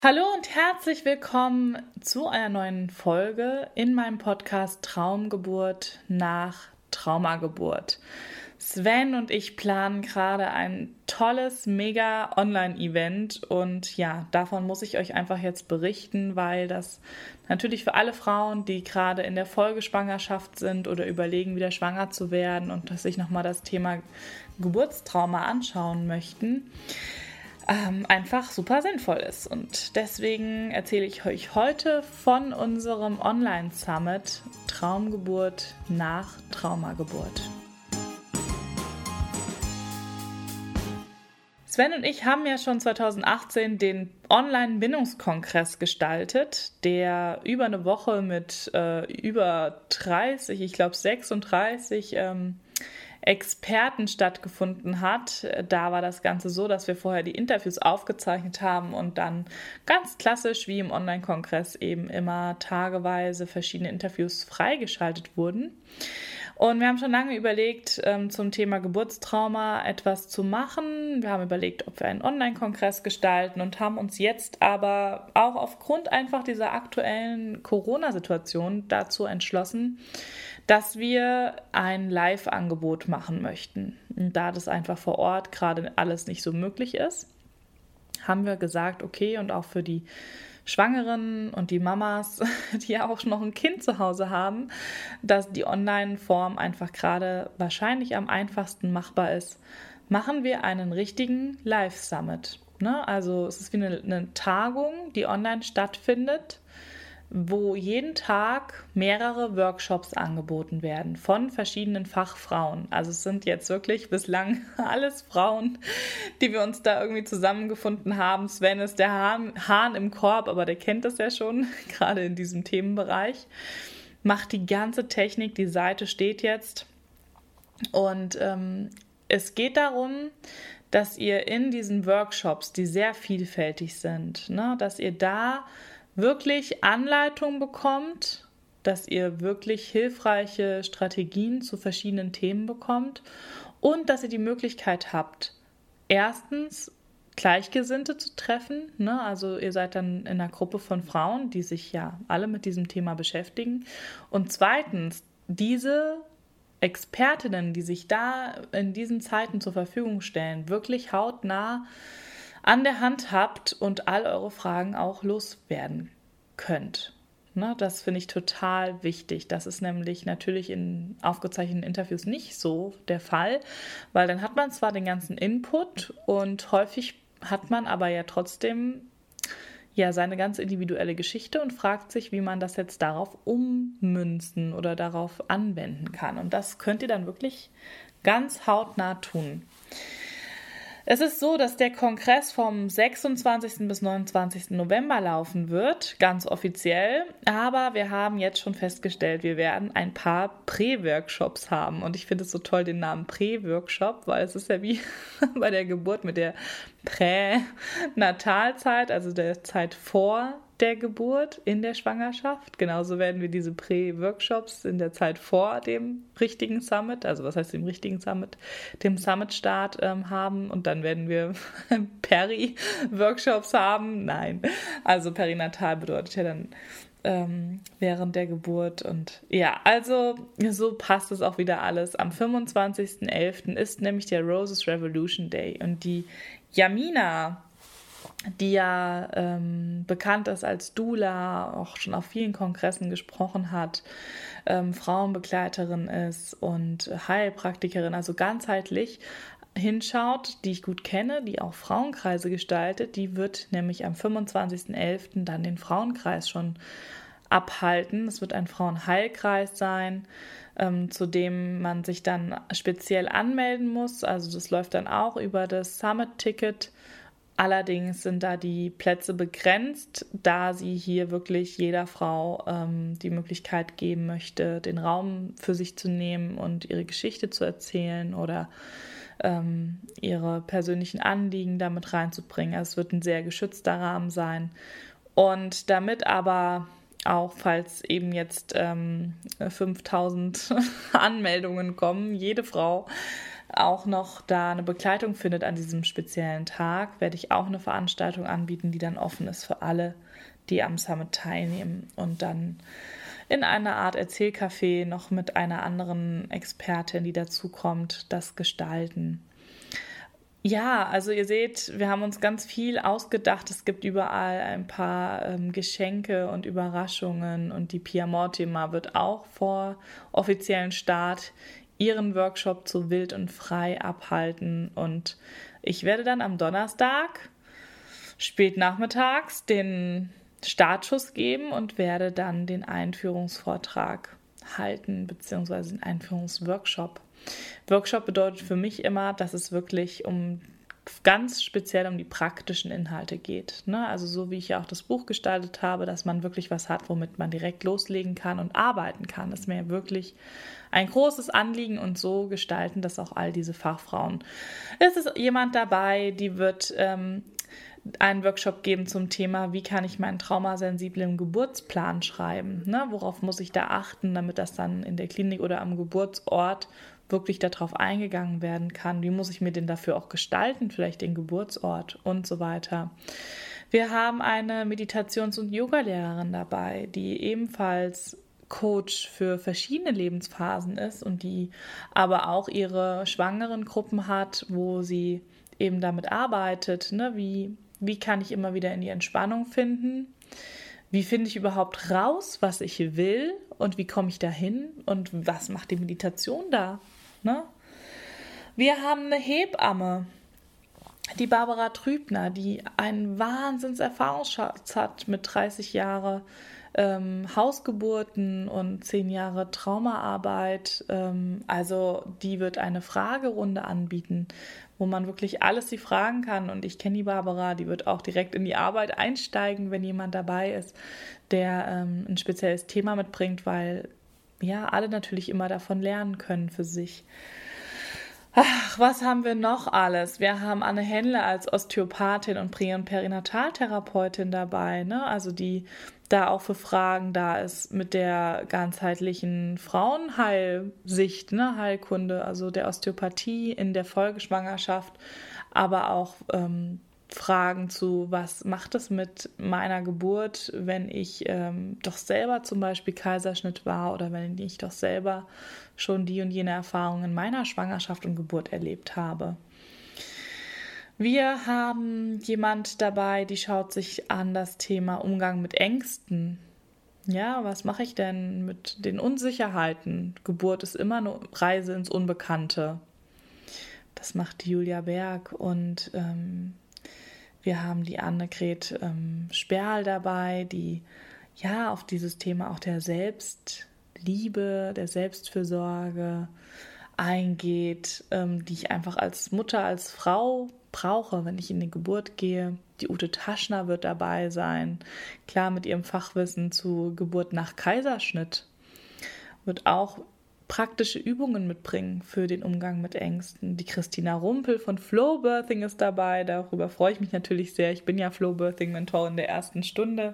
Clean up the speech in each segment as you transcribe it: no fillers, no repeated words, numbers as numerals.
Hallo und herzlich willkommen zu einer neuen Folge in meinem Podcast Traumgeburt nach Traumageburt. Sven und ich planen gerade ein tolles, mega Online-Event und ja, davon muss ich euch einfach jetzt berichten, weil das natürlich für alle Frauen, die gerade in der Folgeschwangerschaft sind oder überlegen, wieder schwanger zu werden und dass sich nochmal das Thema Geburtstrauma anschauen möchten, einfach super sinnvoll ist. Und deswegen erzähle ich euch heute von unserem Online-Summit Traumgeburt nach Traumageburt. Sven und ich haben ja schon 2018 den Online-Bindungskongress gestaltet, der über eine Woche mit über 30, ich glaube 36 Experten stattgefunden hat. Da war das Ganze so, dass wir vorher die Interviews aufgezeichnet haben und dann ganz klassisch wie im Online-Kongress eben immer tageweise verschiedene Interviews freigeschaltet wurden. Und wir haben schon lange überlegt, zum Thema Geburtstrauma etwas zu machen. Wir haben überlegt, ob wir einen Online-Kongress gestalten und haben uns jetzt aber auch aufgrund einfach dieser aktuellen Corona-Situation dazu entschlossen, dass wir ein Live-Angebot machen möchten. Und da das einfach vor Ort gerade alles nicht so möglich ist, haben wir gesagt, okay, und auch für die Schwangeren und die Mamas, die ja auch noch ein Kind zu Hause haben, dass die Online-Form einfach gerade wahrscheinlich am einfachsten machbar ist, machen wir einen richtigen Live-Summit. Ne? Also es ist wie eine Tagung, die online stattfindet, wo jeden Tag mehrere Workshops angeboten werden von verschiedenen Fachfrauen. Also es sind jetzt wirklich bislang alles Frauen, die wir uns da irgendwie zusammengefunden haben. Sven ist der Hahn im Korb, aber der kennt das ja schon, gerade in diesem Themenbereich. Macht die ganze Technik, die Seite steht jetzt. Und es geht darum, dass ihr in diesen Workshops, die sehr vielfältig sind, ne, dass ihr da wirklich Anleitung bekommt, dass ihr wirklich hilfreiche Strategien zu verschiedenen Themen bekommt und dass ihr die Möglichkeit habt, erstens Gleichgesinnte zu treffen, ne? Also ihr seid dann in einer Gruppe von Frauen, die sich ja alle mit diesem Thema beschäftigen, und zweitens diese Expertinnen, die sich da in diesen Zeiten zur Verfügung stellen, wirklich hautnah an der Hand habt und all eure Fragen auch loswerden könnt. Ne, das finde ich total wichtig. Das ist nämlich natürlich in aufgezeichneten Interviews nicht so der Fall, weil dann hat man zwar den ganzen Input und häufig hat man aber ja trotzdem ja seine ganz individuelle Geschichte und fragt sich, wie man das jetzt darauf ummünzen oder darauf anwenden kann. Und das könnt ihr dann wirklich ganz hautnah tun. Es ist so, dass der Kongress vom 26. bis 29. November laufen wird, ganz offiziell. Aber wir haben jetzt schon festgestellt, wir werden ein paar Prä-Workshops haben. Und ich finde es so toll, den Namen Prä-Workshop, weil es ist ja wie bei der Geburt mit der Pränatalzeit, also der Zeit vor der Geburt in der Schwangerschaft. Genauso werden wir diese Prä-Workshops in der Zeit vor dem richtigen Summit, also was heißt dem richtigen Summit, dem Summit-Start haben, und dann werden wir Peri-Workshops haben. Nein, also perinatal bedeutet ja dann während der Geburt. Und ja, also so passt es auch wieder alles. Am 25.11. ist nämlich der Roses Revolution Day und die Yamina, die ja bekannt ist als Doula, auch schon auf vielen Kongressen gesprochen hat, Frauenbegleiterin ist und Heilpraktikerin, also ganzheitlich hinschaut, die ich gut kenne, die auch Frauenkreise gestaltet, die wird nämlich am 25.11. dann den Frauenkreis schon abhalten. Es wird ein Frauenheilkreis sein, zu dem man sich dann speziell anmelden muss. Also das läuft dann auch über das Summit-Ticket. Allerdings sind da die Plätze begrenzt, da sie hier wirklich jeder Frau die Möglichkeit geben möchte, den Raum für sich zu nehmen und ihre Geschichte zu erzählen oder ihre persönlichen Anliegen damit reinzubringen. Also es wird ein sehr geschützter Rahmen sein. Und damit aber auch, falls eben jetzt 5000 Anmeldungen kommen, jede Frau auch noch da eine Begleitung findet an diesem speziellen Tag, werde ich auch eine Veranstaltung anbieten, die dann offen ist für alle, die am Summit teilnehmen und dann in einer Art Erzählcafé noch mit einer anderen Expertin, die dazukommt, das gestalten. Ja, also ihr seht, wir haben uns ganz viel ausgedacht. Es gibt überall ein paar Geschenke und Überraschungen und die Pia Mortimer wird auch vor offiziellen Start ihren Workshop zu Wild und Frei abhalten und ich werde dann am Donnerstag spät nachmittags den Startschuss geben und werde dann den Einführungsvortrag halten, beziehungsweise den Einführungsworkshop. Workshop bedeutet für mich immer, dass es wirklich ganz speziell um die praktischen Inhalte geht. Ne? Also so wie ich ja auch das Buch gestaltet habe, dass man wirklich was hat, womit man direkt loslegen kann und arbeiten kann. Das ist mir wirklich ein großes Anliegen und so gestalten das auch all diese Fachfrauen. Es ist jemand dabei, die wird einen Workshop geben zum Thema, wie kann ich meinen traumasensiblen Geburtsplan schreiben? Ne? Worauf muss ich da achten, damit das dann in der Klinik oder am Geburtsort wirklich darauf eingegangen werden kann? Wie muss ich mir den dafür auch gestalten, vielleicht den Geburtsort und so weiter. Wir haben eine Meditations- und Yogalehrerin dabei, die ebenfalls Coach für verschiedene Lebensphasen ist und die aber auch ihre schwangeren Gruppen hat, wo sie eben damit arbeitet, ne? Wie kann ich immer wieder in die Entspannung finden? Wie finde ich überhaupt raus, was ich will und wie komme ich dahin und was macht die Meditation da? Ne? Wir haben eine Hebamme, die Barbara Trübner, die einen Wahnsinnserfahrungsschatz hat mit 30 Jahren Hausgeburten und 10 Jahre Traumaarbeit. Also die wird eine Fragerunde anbieten, wo man wirklich alles sie fragen kann. Und ich kenne die Barbara, die wird auch direkt in die Arbeit einsteigen, wenn jemand dabei ist, der ein spezielles Thema mitbringt, weil ja alle natürlich immer davon lernen können für sich. Ach, was haben wir noch alles? Wir haben Anne Henle als Osteopathin und Prä- und Perinataltherapeutin dabei, ne? Also die da auch für Fragen da ist mit der ganzheitlichen Frauenheilsicht, ne? Heilkunde, also der Osteopathie in der Folgeschwangerschaft, aber auch Fragen zu, was macht es mit meiner Geburt, wenn ich doch selber zum Beispiel Kaiserschnitt war oder wenn ich doch selber schon die und jene Erfahrungen in meiner Schwangerschaft und Geburt erlebt habe. Wir haben jemand dabei, die schaut sich an das Thema Umgang mit Ängsten. Ja, was mache ich denn mit den Unsicherheiten? Geburt ist immer eine Reise ins Unbekannte. Das macht die Julia Berg und wir haben die Annegret Sperl dabei, die ja auf dieses Thema auch der Selbstliebe, der Selbstfürsorge eingeht, die ich einfach als Mutter, als Frau brauche, wenn ich in die Geburt gehe. Die Ute Taschner wird dabei sein, klar mit ihrem Fachwissen zu Geburt nach Kaiserschnitt, wird auch praktische Übungen mitbringen für den Umgang mit Ängsten. Die Christina Rumpel von Flow Birthing ist dabei, darüber freue ich mich natürlich sehr. Ich bin ja Flow Birthing Mentorin der ersten Stunde.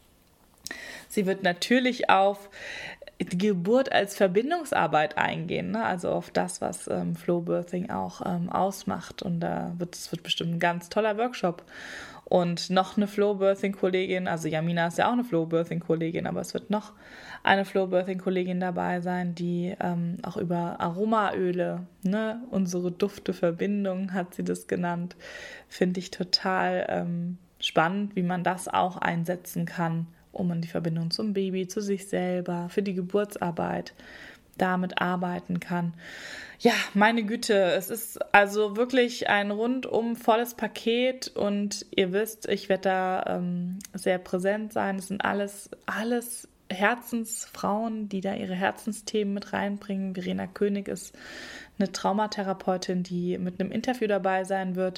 Sie wird natürlich auf die Geburt als Verbindungsarbeit eingehen, ne? Also auf das, was Flow Birthing auch ausmacht. Und es wird bestimmt ein ganz toller Workshop. Und noch eine Flow Birthing Kollegin, also Jamina ist ja auch eine Flow Birthing Kollegin, aber es wird noch eine Flow Birthing Kollegin dabei sein, die auch über Aromaöle, ne, unsere Dufteverbindung hat sie das genannt, finde ich total spannend, wie man das auch einsetzen kann, um in die Verbindung zum Baby, zu sich selber, für die Geburtsarbeit damit arbeiten kann. Ja, meine Güte, es ist also wirklich ein rundum volles Paket und ihr wisst, ich werde da sehr präsent sein. Es sind alles Herzensfrauen, die da ihre Herzensthemen mit reinbringen. Verena König ist eine Traumatherapeutin, die mit einem Interview dabei sein wird.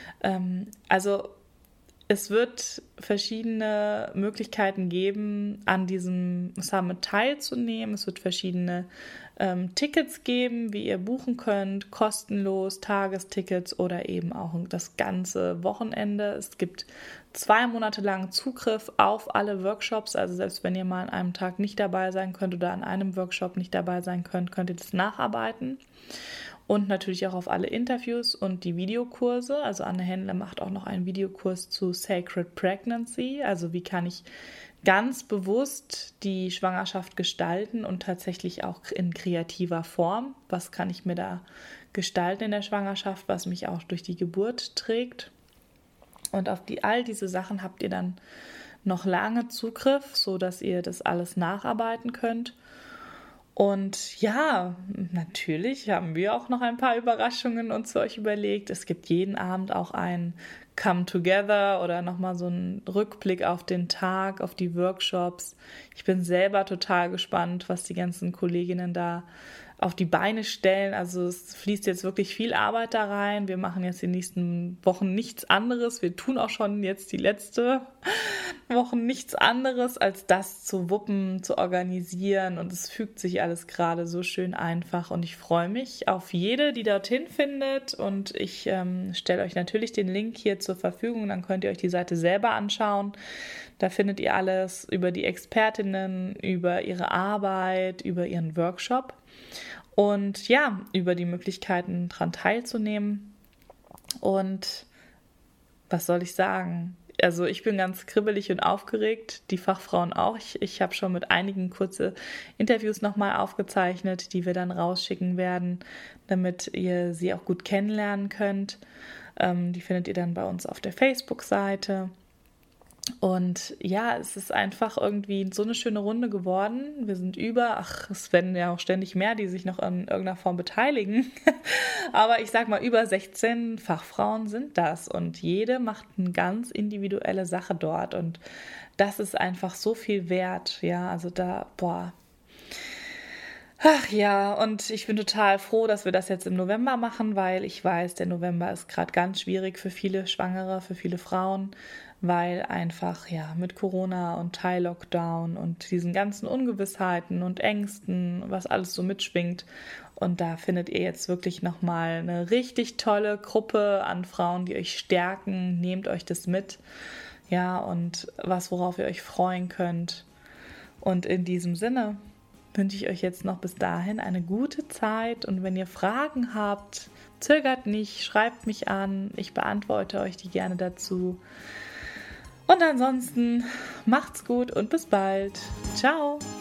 Also es wird verschiedene Möglichkeiten geben, an diesem Summit teilzunehmen. Es wird verschiedene Tickets geben, wie ihr buchen könnt, kostenlos, Tagestickets oder eben auch das ganze Wochenende. Es gibt 2 Monate lang Zugriff auf alle Workshops. Also selbst wenn ihr mal an einem Tag nicht dabei sein könnt oder an einem Workshop nicht dabei sein könnt, könnt ihr das nacharbeiten. und natürlich auch auf alle Interviews und die Videokurse. Also Anne Händler macht auch noch einen Videokurs zu Sacred Pregnancy, also wie kann ich ganz bewusst die Schwangerschaft gestalten und tatsächlich auch in kreativer Form. Was kann ich mir da gestalten in der Schwangerschaft, was mich auch durch die Geburt trägt. Und auf all diese Sachen habt ihr dann noch lange Zugriff, sodass ihr das alles nacharbeiten könnt. Und ja, natürlich haben wir auch noch ein paar Überraschungen uns für euch überlegt. Es gibt jeden Abend auch ein Come Together oder nochmal so einen Rückblick auf den Tag, auf die Workshops. Ich bin selber total gespannt, was die ganzen Kolleginnen da auf die Beine stellen. Also es fließt jetzt wirklich viel Arbeit da rein. Wir machen jetzt die nächsten Wochen nichts anderes. Wir tun auch schon jetzt die letzte Wochen nichts anderes, als das zu wuppen, zu organisieren. Und es fügt sich alles gerade so schön einfach. Und ich freue mich auf jede, die dorthin findet. Und ich stelle euch natürlich den Link hier zur Verfügung. Dann könnt ihr euch die Seite selber anschauen. Da findet ihr alles über die Expertinnen, über ihre Arbeit, über ihren Workshop. Und ja, über die Möglichkeiten, daran teilzunehmen. Und was soll ich sagen? Also ich bin ganz kribbelig und aufgeregt, die Fachfrauen auch. Ich habe schon mit einigen kurze Interviews nochmal aufgezeichnet, die wir dann rausschicken werden, damit ihr sie auch gut kennenlernen könnt. Die findet ihr dann bei uns auf der Facebook-Seite. Und ja, es ist einfach irgendwie so eine schöne Runde geworden. Wir sind es werden ja auch ständig mehr, die sich noch in irgendeiner Form beteiligen. Aber ich sag mal, über 16 Fachfrauen sind das. Und jede macht eine ganz individuelle Sache dort. Und das ist einfach so viel wert. Ja, also Ach ja, und ich bin total froh, dass wir das jetzt im November machen, weil ich weiß, der November ist gerade ganz schwierig für viele Schwangere, für viele Frauen, weil einfach ja mit Corona und Teil-Lockdown und diesen ganzen Ungewissheiten und Ängsten, was alles so mitschwingt. Und da findet ihr jetzt wirklich nochmal eine richtig tolle Gruppe an Frauen, die euch stärken. Nehmt euch das mit. Ja, und worauf ihr euch freuen könnt. Und in diesem Sinne wünsche ich euch jetzt noch bis dahin eine gute Zeit. Und wenn ihr Fragen habt, zögert nicht, schreibt mich an. Ich beantworte euch die gerne dazu. Und ansonsten macht's gut und bis bald. Ciao!